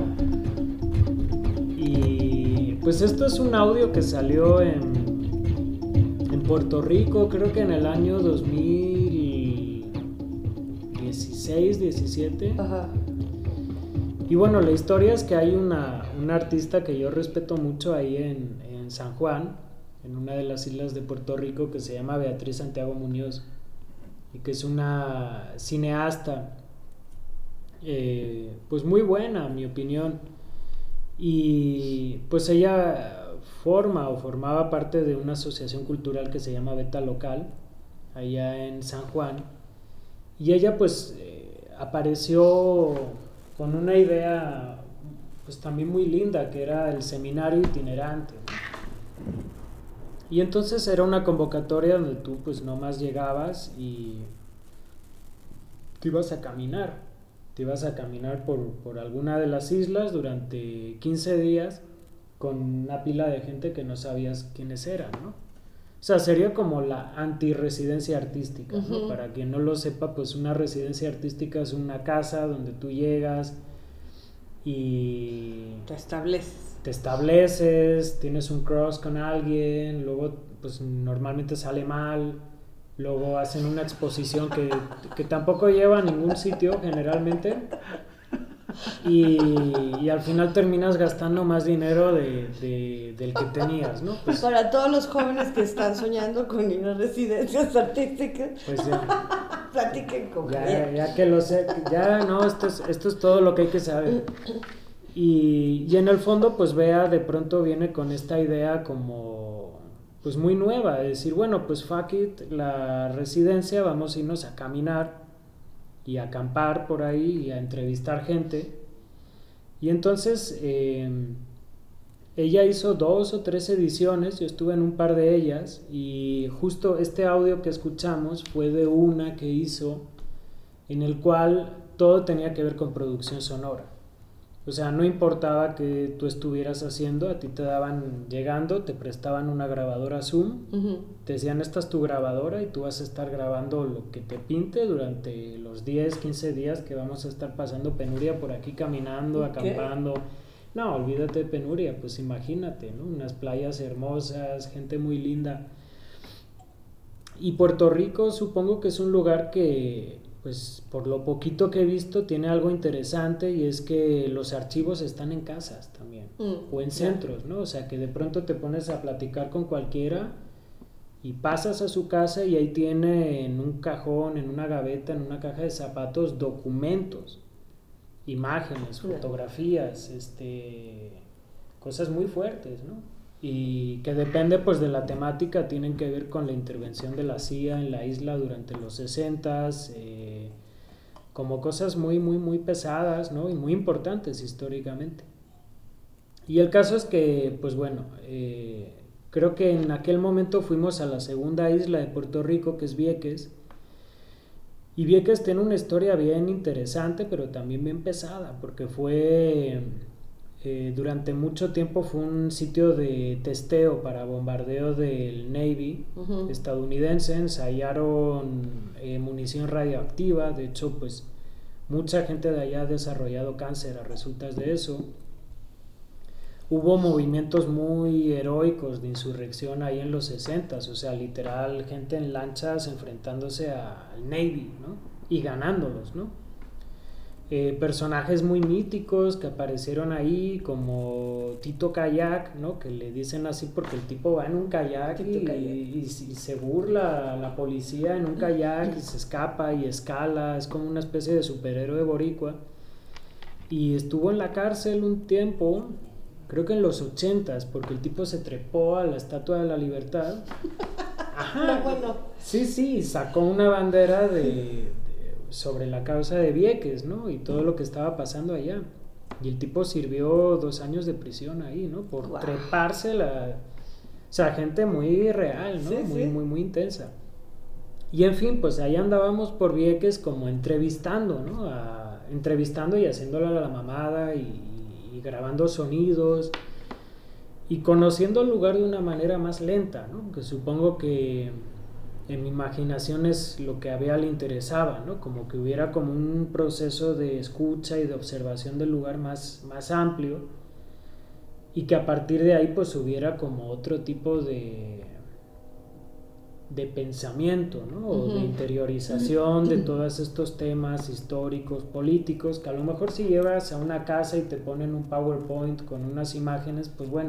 Y pues esto es un audio que salió en, en Puerto Rico, creo que en el año dos mil dieciséis, diecisiete. Ajá. Y bueno, la historia es que hay una, una artista que yo respeto mucho ahí en, en San Juan, en una de las islas de Puerto Rico, que se llama Beatriz Santiago Muñoz, y que es una cineasta eh, pues muy buena, en mi opinión. Y pues ella forma o formaba parte de una asociación cultural que se llama Beta Local, allá en San Juan, y ella pues eh, apareció con una idea pues también muy linda, que era el seminario itinerante. Y entonces era una convocatoria donde tú pues nomás llegabas y te ibas a caminar, te ibas a caminar por, por alguna de las islas durante quince días con una pila de gente que no sabías quiénes eran, ¿no? O sea, sería como la antirresidencia artística, ¿no? Uh-huh. Para quien no lo sepa, pues una residencia artística es una casa donde tú llegas y te estableces. Te estableces, tienes un crush con alguien, luego pues normalmente sale mal, luego hacen una exposición que, que tampoco lleva a ningún sitio generalmente, y, y al final terminas gastando más dinero de, de, del que tenías, ¿no? Pues, para todos los jóvenes que están soñando con ir a residencias artísticas, pues ya, platiquen con ya, ya que lo sé, ya no, esto es, esto es todo lo que hay que saber. Y, y en el fondo pues Bea de pronto viene con esta idea como pues muy nueva, de decir, bueno, pues fuck it, la residencia, vamos a irnos a caminar y a acampar por ahí y a entrevistar gente. Y entonces eh, ella hizo dos o tres ediciones, yo estuve en un par de ellas, y justo este audio que escuchamos fue de una que hizo en el cual todo tenía que ver con producción sonora. O sea, no importaba que tú estuvieras haciendo, a ti te daban, llegando, te prestaban una grabadora Zoom, uh-huh. Te decían, esta es tu grabadora y tú vas a estar grabando lo que te pinte durante los diez, quince días que vamos a estar pasando penuria por aquí caminando, okay. Acampando. No, olvídate de penuria, pues imagínate, ¿no? Unas playas hermosas, gente muy linda. Y Puerto Rico supongo que es un lugar que, pues por lo poquito que he visto, tiene algo interesante, y es que los archivos están en casas también, mm, o en centros, ¿no? O sea, que de pronto te pones a platicar con cualquiera y pasas a su casa y ahí tiene en un cajón, en una gaveta, en una caja de zapatos, documentos, imágenes, fotografías, este, cosas muy fuertes, ¿no? Y que depende pues de la temática, tienen que ver con la intervención de la C I A en la isla durante los sesentas, eh, como cosas muy muy muy pesadas, ¿no? Y muy importantes históricamente. Y el caso es que pues bueno, eh, creo que en aquel momento fuimos a la segunda isla de Puerto Rico, que es Vieques, y Vieques tiene una historia bien interesante, pero también bien pesada, porque fue... Eh, durante mucho tiempo fue un sitio de testeo para bombardeo del Navy uh-huh. estadounidense. Ensayaron eh, munición radioactiva. De hecho, pues mucha gente de allá ha desarrollado cáncer a resultas de eso. Hubo movimientos muy heroicos de insurrección ahí en los sesentas, o sea, literal, gente en lanchas enfrentándose al Navy, ¿no? Y ganándolos, ¿no? Eh, personajes muy míticos que aparecieron ahí, como Tito Kayak, ¿no? Que le dicen así porque el tipo va en un kayak y, kayak. Y, y, y se burla a la policía en un kayak y se escapa y escala, es como una especie de superhéroe boricua, y estuvo en la cárcel un tiempo, creo que en los ochentas, porque el tipo se trepó a la Estatua de la Libertad. Ajá, no, bueno. Sí, sí, sacó una bandera de sobre la causa de Vieques, ¿no? Y todo lo que estaba pasando allá. Y el tipo sirvió dos años de prisión ahí, ¿no? Por wow. treparse la... O sea, gente muy real, ¿no? Sí, muy, sí. muy, muy intensa. Y en fin, pues ahí andábamos por Vieques como entrevistando, ¿no? A... Entrevistando y haciéndole a la mamada y, y grabando sonidos y conociendo el lugar de una manera más lenta, ¿no? Que supongo que en mi imaginación es lo que a Bea le interesaba, ¿no? Como que hubiera como un proceso de escucha y de observación del lugar más, más amplio, y que a partir de ahí pues hubiera como otro tipo de de pensamiento, ¿no? O uh-huh. de interiorización uh-huh. de todos estos temas históricos, políticos, que a lo mejor si llevas a una casa y te ponen un PowerPoint con unas imágenes, pues bueno,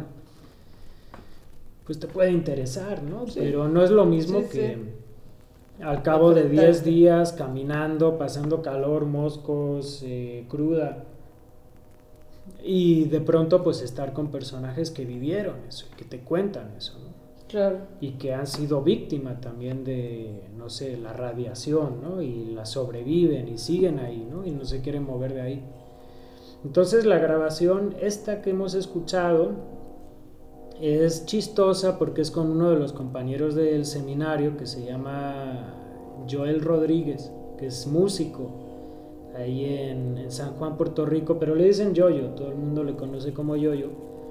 pues te puede interesar, ¿no? Sí. Pero no es lo mismo sí, que sí. al cabo de diez días caminando, pasando calor, moscos, eh, cruda, Y de pronto pues estar con personajes que vivieron eso, que te cuentan eso, ¿no? Claro. Y que han sido víctimas también de, no sé, la radiación, ¿no? Y la sobreviven y siguen ahí, ¿no? Y no se quieren mover de ahí. Entonces la grabación esta que hemos escuchado es chistosa porque es con uno de los compañeros del seminario que se llama Joel Rodríguez, que es músico ahí en, en San Juan, Puerto Rico, pero le dicen Yoyo, todo el mundo le conoce como Yoyo.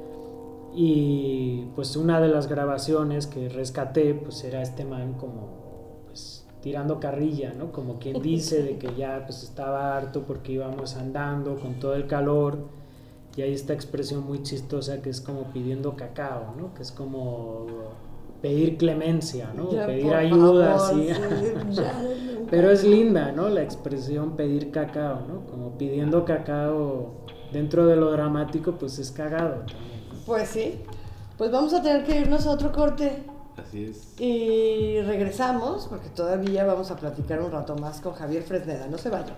Y pues una de las grabaciones que rescaté pues era este man como pues tirando carrilla, ¿no? Como quien dice de que ya pues estaba harto porque íbamos andando con todo el calor, y hay esta expresión muy chistosa que es como pidiendo cacao, ¿no? Que es como pedir clemencia, ¿no? Ya, pedir por ayuda, favor, sí. sí, ya. Pero es linda, ¿no? La expresión pedir cacao, ¿no? Como pidiendo cacao dentro de lo dramático, pues es cagado también. Pues sí, pues vamos a tener que irnos a otro corte. Así es. Y regresamos, porque todavía vamos a platicar un rato más con Javier Fresneda. No se vayan.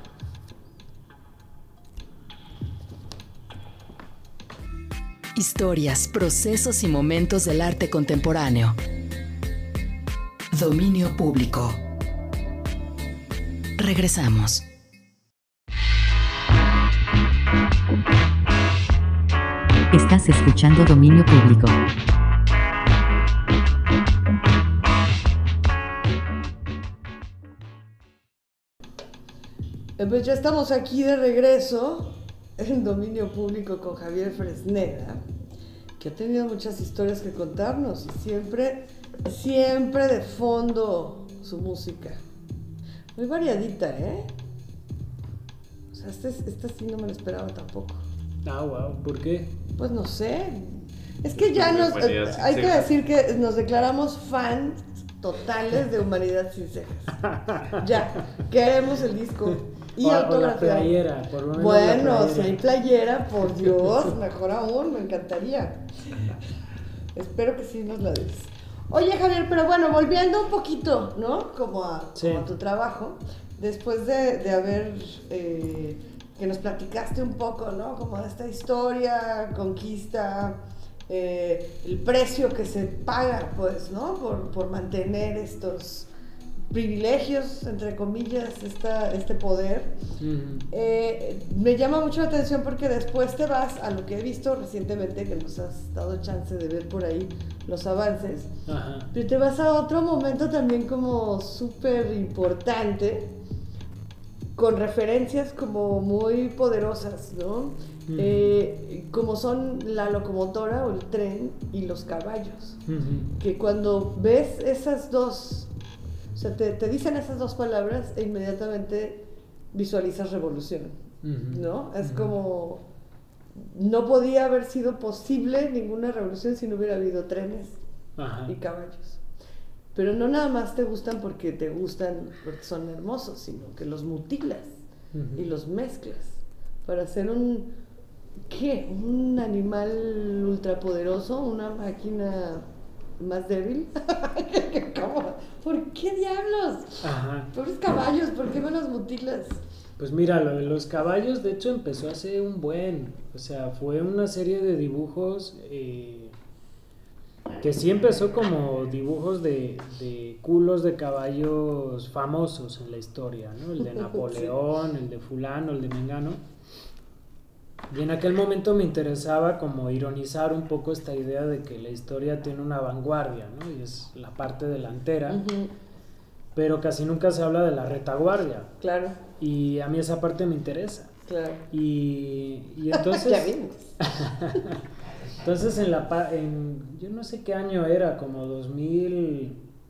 Historias, procesos y momentos del arte contemporáneo. Dominio público. Regresamos. Estás escuchando Dominio Público. Pues ya estamos aquí de regreso en Dominio Público con Javier Fresneda, que ha tenido muchas historias que contarnos y siempre, siempre de fondo su música. Muy variadita, ¿eh? O sea, este, esta sí no me lo esperaba tampoco. Ah, wow, ¿por qué? Pues no sé. Es que ya nos... Humanidad sin Hay que cejas. decir que nos declaramos fans totales de Humanidad Sin Cejas. Ya, queremos el disco. Y O- o la autografiado. playera, por lo menos Bueno, la si playera. hay playera, por Dios, mejor aún, me encantaría. Espero que sí nos la des. Oye, Javier, pero bueno, volviendo un poquito, ¿no? Como a, Sí. como a tu trabajo, después de, de haber, eh, que nos platicaste un poco, ¿no? Como de esta historia, conquista, eh, el precio que se paga, pues, ¿no? Por, por mantener estos privilegios, entre comillas, esta, este poder. Ujú. Eh, me llama mucho la atención porque después te vas a lo que he visto recientemente, que nos has dado chance de ver por ahí los avances, Ajá. pero te vas a otro momento también como súper importante, con referencias como muy poderosas, ¿no? Ujú. Eh, como son la locomotora o el tren y los caballos, Ujú. que cuando ves esas dos, o sea, te, te dicen esas dos palabras e inmediatamente visualizas revolución, Ujú. ¿no? Es Ujú. como, no podía haber sido posible ninguna revolución si no hubiera habido trenes Ajá. y caballos. Pero no nada más te gustan porque te gustan, porque son hermosos, sino que los mutilas Ujú. y los mezclas para hacer un, ¿qué? Un animal ultrapoderoso, una máquina más débil. ¿Cómo? ¿Por qué diablos? Ajá. Pobres caballos, ¿por qué me los mutilas? Pues mira, lo de los caballos de hecho empezó hace un buen, o sea, fue una serie de dibujos eh, que sí empezó como dibujos de, de culos de caballos famosos en la historia, ¿no? El de Napoleón, el de fulano, el de Mengano. Y en aquel momento me interesaba como ironizar un poco esta idea de que la historia tiene una vanguardia, ¿no? Y es la parte delantera, Ujú, pero casi nunca se habla de la retaguardia. claro, Y a mí esa parte me interesa. claro. Y, y entonces... Ya vimos. entonces en la... pa- En, yo no sé qué año era, como dos mil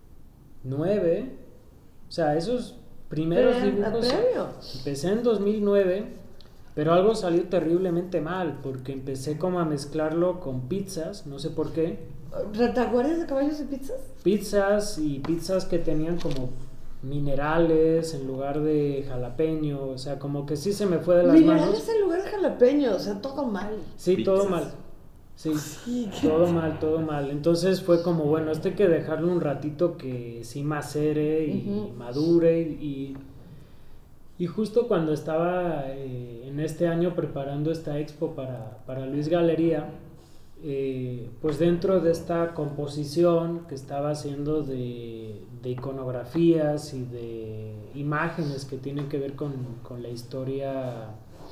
nueve. O sea, esos primeros Pre- dibujos... premio. Empecé en dos mil nueve, pero algo salió terriblemente mal, porque empecé como a mezclarlo con pizzas, no sé por qué. ¿Retaguardias de caballos y pizzas? Pizzas y pizzas que tenían como minerales en lugar de jalapeño, o sea, como que sí se me fue de las manos. Minerales en lugar de jalapeño, o sea, todo mal. Sí, todo Pizzas. mal. Sí, Sí, qué- todo mal, todo mal. Entonces fue como, bueno, este hay que dejarlo un ratito que sí macere y Ujú. madure y, y justo cuando estaba eh, en en este año preparando esta expo para, para Luis Galería, eh, pues dentro de esta composición que estaba haciendo de, de iconografías y de imágenes que tienen que ver con, con la historia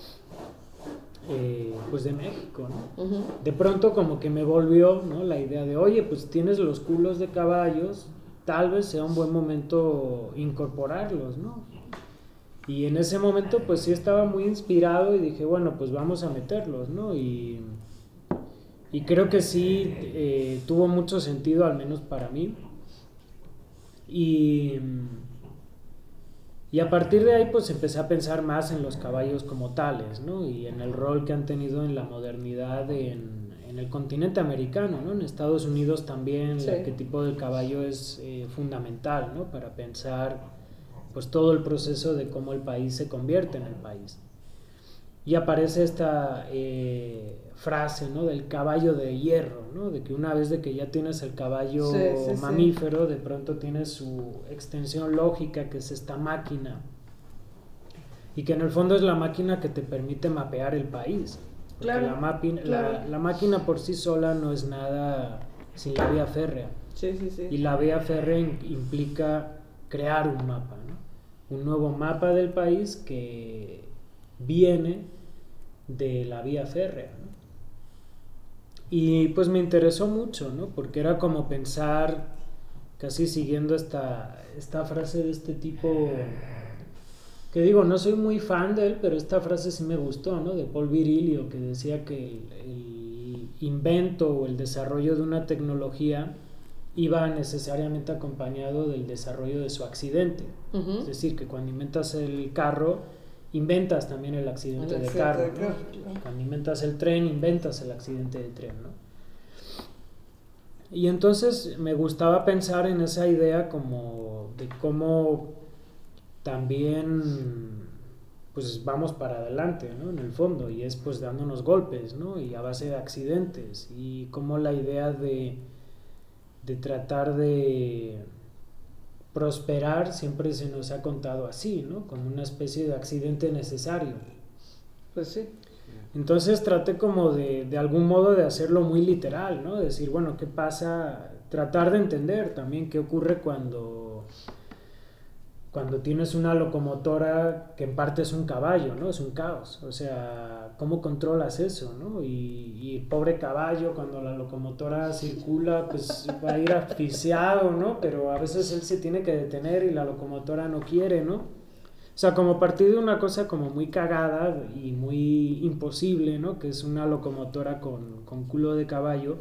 eh, pues de México, ¿no? Uh-huh. De pronto como que me volvió, ¿no?, la idea de, oye, pues tienes los culos de caballos, tal vez sea un buen momento incorporarlos, ¿no? Y en ese momento pues sí estaba muy inspirado y dije, bueno, pues vamos a meterlos, ¿no? Y, y creo que sí eh, tuvo mucho sentido, al menos para mí. Y, y a partir de ahí pues empecé a pensar más en los caballos como tales, ¿no? Y en el rol que han tenido en la modernidad en, en el continente americano, ¿no? En Estados Unidos también sí. El arquetipo del caballo es eh, fundamental, ¿no? Para pensar pues todo el proceso de cómo el país se convierte en el país. Y aparece esta eh, frase, ¿no?, del caballo de hierro, ¿no?, de que una vez de que ya tienes el caballo sí, sí, mamífero, sí. De pronto tienes su extensión lógica, que es esta máquina, y que en el fondo es la máquina que te permite mapear el país. Porque claro, la, mapi- claro. La, la máquina por sí sola no es nada sin la vía férrea. Sí, sí, sí. Y la vía férrea implica crear un mapa, ¿no?, un nuevo mapa del país que viene de la vía férrea, ¿no? Y pues me interesó mucho, ¿no?, porque era como pensar, casi siguiendo esta, esta frase de este tipo, que digo, no soy muy fan de él, pero esta frase sí me gustó, ¿no?, de Paul Virilio, que decía que el, el invento o el desarrollo de una tecnología iba necesariamente acompañado del desarrollo de su accidente. Uh-huh. Es decir, que cuando inventas el carro, inventas también el accidente, el accidente de carro, de carro, ¿no? Claro. Cuando inventas el tren, inventas el accidente de tren, ¿no? Y entonces me gustaba pensar en esa idea como de cómo también pues vamos para adelante, ¿no?, en el fondo, y es pues dándonos golpes, ¿no?, y a base de accidentes, y cómo la idea de de tratar de prosperar siempre se nos ha contado así, ¿no?, como una especie de accidente necesario. Pues sí. Entonces traté como de, de algún modo de hacerlo muy literal, ¿no?, decir, bueno, ¿qué pasa? Tratar de entender también qué ocurre cuando, cuando tienes una locomotora que en parte es un caballo, ¿no?, es un caos, o sea, ¿cómo controlas eso, ¿no? Y, y el pobre caballo, cuando la locomotora circula, pues va a ir asfixiado, ¿no?, pero a veces él se tiene que detener y la locomotora no quiere, ¿no? O sea, como partir de una cosa como muy cagada y muy imposible, ¿no?, que es una locomotora con, con culo de caballo,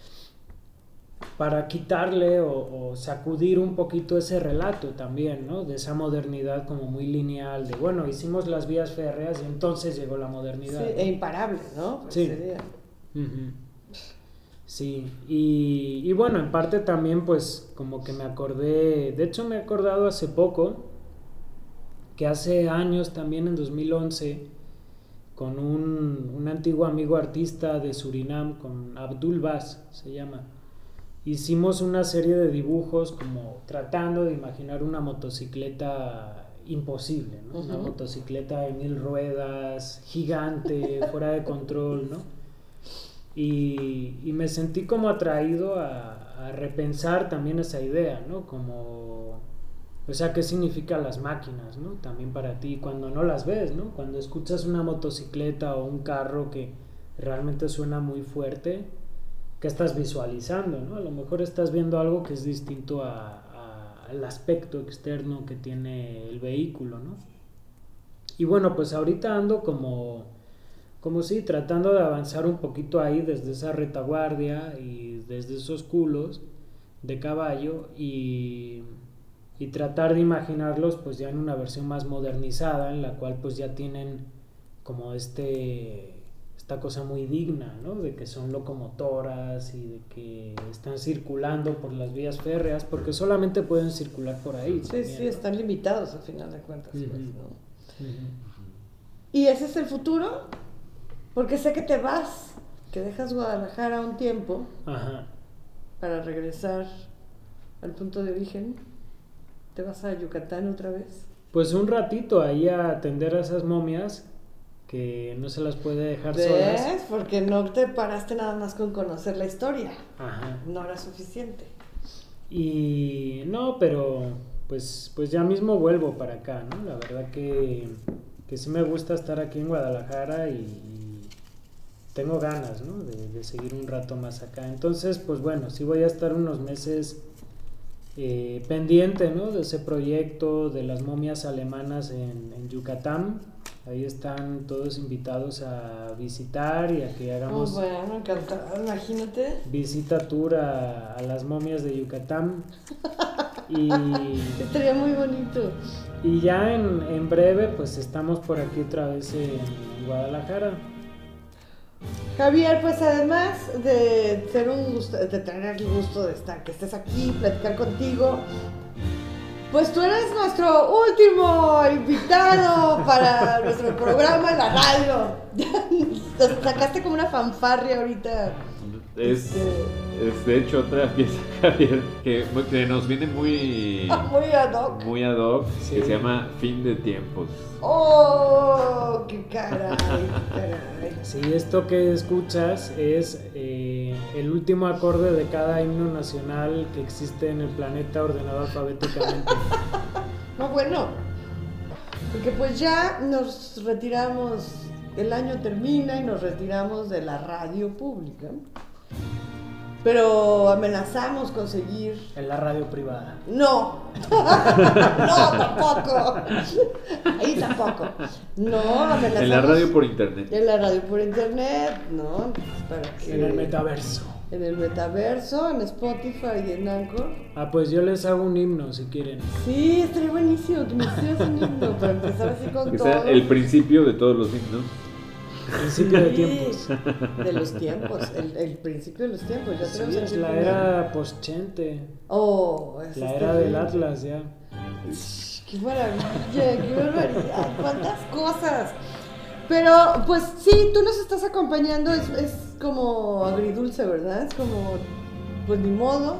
para quitarle o, o sacudir un poquito ese relato también, ¿no?, de esa modernidad como muy lineal, de bueno, hicimos las vías férreas y entonces llegó la modernidad. Sí, ¿no? E imparable, ¿no? Pues sí. Sería. Uh-huh. Sí, y, y bueno, en parte también pues como que me acordé, de hecho me he acordado hace poco, que hace años también en dos mil once, con un, un antiguo amigo artista de Surinam, con Abdul Bas se llama, hicimos una serie de dibujos como tratando de imaginar una motocicleta imposible, ¿no? Uh-huh. Una motocicleta de mil ruedas, gigante, fuera de control, ¿no? Y, y me sentí como atraído a, a repensar también esa idea, ¿no? Como, o sea, ¿qué significan las máquinas, ¿no? También para ti, cuando no las ves, ¿no? Cuando escuchas una motocicleta o un carro que realmente suena muy fuerte, ¿qué estás visualizando, ¿no? A lo mejor estás viendo algo que es distinto a, a, al aspecto externo que tiene el vehículo, ¿no? Y bueno, pues ahorita ando como, como sí, tratando de avanzar un poquito ahí desde esa retaguardia y desde esos culos de caballo y, y tratar de imaginarlos pues ya en una versión más modernizada, en la cual pues ya tienen como este... esta cosa muy digna, ¿no? De que son locomotoras y de que están circulando por las vías férreas, porque solamente pueden circular por ahí. Sí, también, sí, ¿no? Están limitados al final de cuentas. Uh-huh. Pues, ¿no? Uh-huh. ¿Y ese es el futuro? Porque sé que te vas, que dejas Guadalajara un tiempo. Ajá. Para regresar al punto de origen. ¿Te vas a Yucatán otra vez? Pues un ratito ahí a atender a esas momias. que no se las puede dejar ¿Ves? solas. Porque no te paraste nada más con conocer la historia. Ajá. No era suficiente. Y no, pero pues, pues ya mismo vuelvo para acá, ¿no? La verdad que, que sí me gusta estar aquí en Guadalajara y, y tengo ganas, ¿no? De, de seguir un rato más acá. Entonces, pues bueno, sí voy a estar unos meses eh, pendiente, ¿no? De ese proyecto de las momias alemanas en, en Yucatán. Ahí están todos invitados a visitar y a que hagamos... Oh, bueno, encantado, imagínate. Visita tour a, a las momias de Yucatán. Y, Estaría muy bonito. y ya en, en breve, pues estamos por aquí otra vez en Guadalajara. Javier, pues además de ser un gusto, de tener el gusto de estar, que estés aquí, platicar contigo, pues tú eres nuestro último invitado para nuestro programa en la radio. Nos sacaste como una fanfarria ahorita. Es, Este- es de hecho otra pieza, Javier, que, que nos viene muy, Muy ad hoc. muy ad hoc, Sí. que se llama Fin de Tiempos. ¡Oh! ¡Qué caray! ¡Qué caray! Sí, esto que escuchas es eh, el último acorde de cada himno nacional que existe en el planeta ordenado alfabéticamente. No, bueno, porque pues ya nos retiramos, el año termina y nos retiramos de la radio pública, pero amenazamos con seguir. En la radio privada. No, no, tampoco, ahí tampoco, no, amenazamos. En la radio por internet. En la radio por internet, ¿no? Para que- En el metaverso. En el metaverso, en Spotify y en Anchor. Ah, pues yo les hago un himno si quieren. Sí, estaría buenísimo que me hicieras un himno para empezar así con Que todo. sea el principio de todos los himnos. Principio de Sí, tiempos. de los tiempos, el, el principio de los tiempos. Ya Sí, tenemos es el la final. era post-Chente. Oh, esa La es era del terrible. Atlas, ya. Qué maravilla, qué barbaridad, cuántas cosas. Pero, pues sí, tú nos estás acompañando, es, es como agridulce, ¿verdad? Es como, pues ni modo.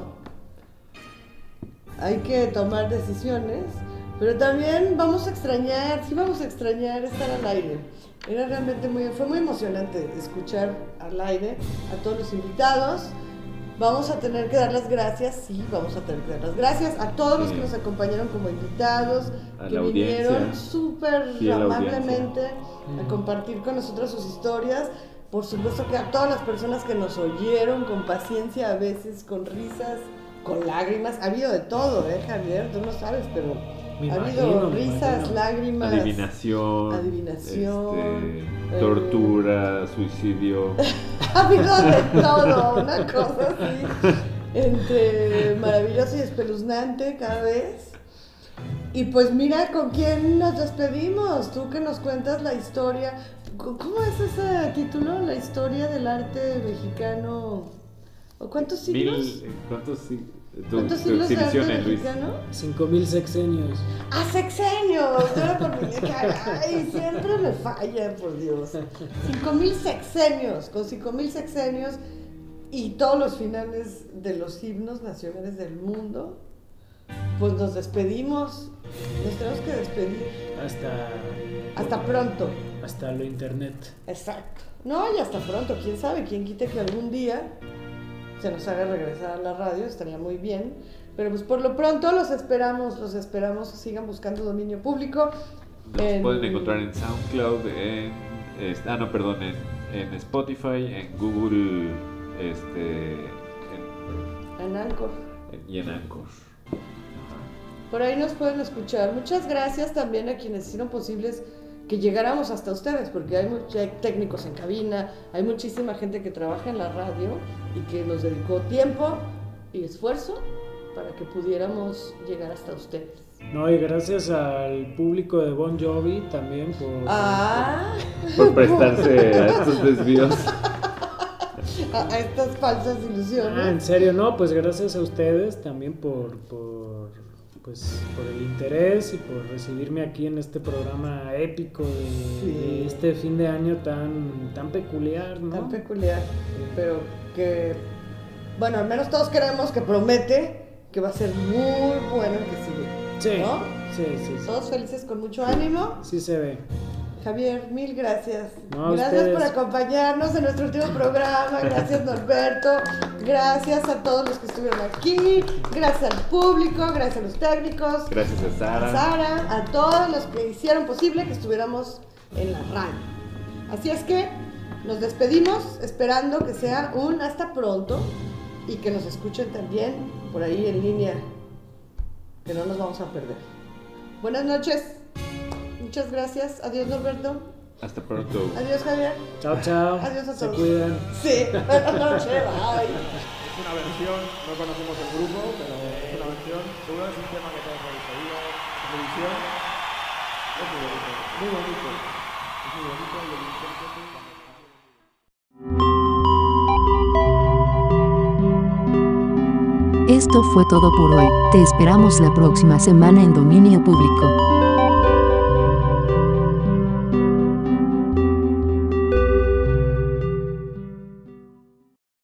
Hay que tomar decisiones, pero también vamos a extrañar, sí vamos a extrañar estar al aire. Era realmente muy, fue muy emocionante escuchar al aire a todos los invitados. Vamos a tener que dar las gracias, sí, vamos a tener que dar las gracias a todos los Sí. que nos acompañaron como invitados, A que la vinieron audiencia. súper Fiel amablemente audiencia. a compartir con nosotros sus historias. Por supuesto que a todas las personas que nos oyeron con paciencia, a veces con risas, con lágrimas. Ha habido de todo, ¿eh, Javier? Tú no sabes, pero Me ha imagino, habido me risas, imagino. lágrimas. Adivinación. Adivinación, este, eh. tortura, suicidio. Ha habido de todo, una cosa así, entre maravilloso y espeluznante cada vez. Y pues mira con quién nos despedimos, tú que nos cuentas la historia. ¿Cómo es ese título? La historia del arte mexicano. ¿O cuántos siglos? Mil, ¿Cuántos, sig- tu, ¿Cuántos tu siglos de arte exhibición, eh, Luis? mexicano? Cinco mil sexenios. ¡Ah, sexenios! No era por mi caray, siempre me falla, por Dios. Cinco mil sexenios, con cinco mil sexenios y todos los finales de los himnos nacionales del mundo, pues nos despedimos, nos tenemos que despedir. Hasta, Hasta pronto. hasta lo internet. Exacto. No, y hasta pronto, quién sabe, quién quite que algún día se nos haga regresar a la radio, estaría muy bien. Pero pues por lo pronto los esperamos, los esperamos, sigan buscando dominio público. Nos en- pueden encontrar en SoundCloud, en, este, ah no, perdón, en, en Spotify, en Google, este, en- En Anchor. en- y en Anchor. Por ahí nos pueden escuchar. Muchas gracias también a quienes hicieron posibles que llegáramos hasta ustedes, porque hay muchos técnicos en cabina, hay muchísima gente que trabaja en la radio y que nos dedicó tiempo y esfuerzo para que pudiéramos llegar hasta ustedes. No, y gracias al público de Bon Jovi también por... Ah, Por prestarse a estos desvíos. a, a estas falsas Ah, en ilusiones. serio, no, pues gracias a ustedes también por, por, pues, por el interés y por recibirme aquí en este programa épico de, Sí. de este fin de año tan, tan peculiar, ¿no? Tan peculiar, pero que, bueno, al menos todos queremos que promete que va a ser muy bueno el que sigue. Sí, ¿No? sí, sí, sí. Todos felices con mucho ánimo. Sí se ve. Javier, mil gracias. No, gracias ustedes. por acompañarnos en nuestro último programa. Gracias, Norberto. Gracias a todos los que estuvieron aquí. Gracias al público. Gracias a los técnicos. Gracias a A Sara. Sara, a todos los que hicieron posible que estuviéramos en la radio. Así es que nos despedimos esperando que sea un hasta pronto y que nos escuchen también por ahí en línea, que no nos vamos a perder. Buenas noches. Muchas gracias. Adiós, Norberto. Hasta pronto. Adiós, Javier. Chao, chao. Adiós a Se todos. cuidan. Sí. Buenas noches. Bye. Es una versión, no conocemos el grupo, pero es una versión, seguro es un tema que todos habéis oído, televisión. Es muy bonito, muy bonito. Es muy bonito y el intérprete Esto fue todo por hoy. Te esperamos la próxima semana en Dominio Público.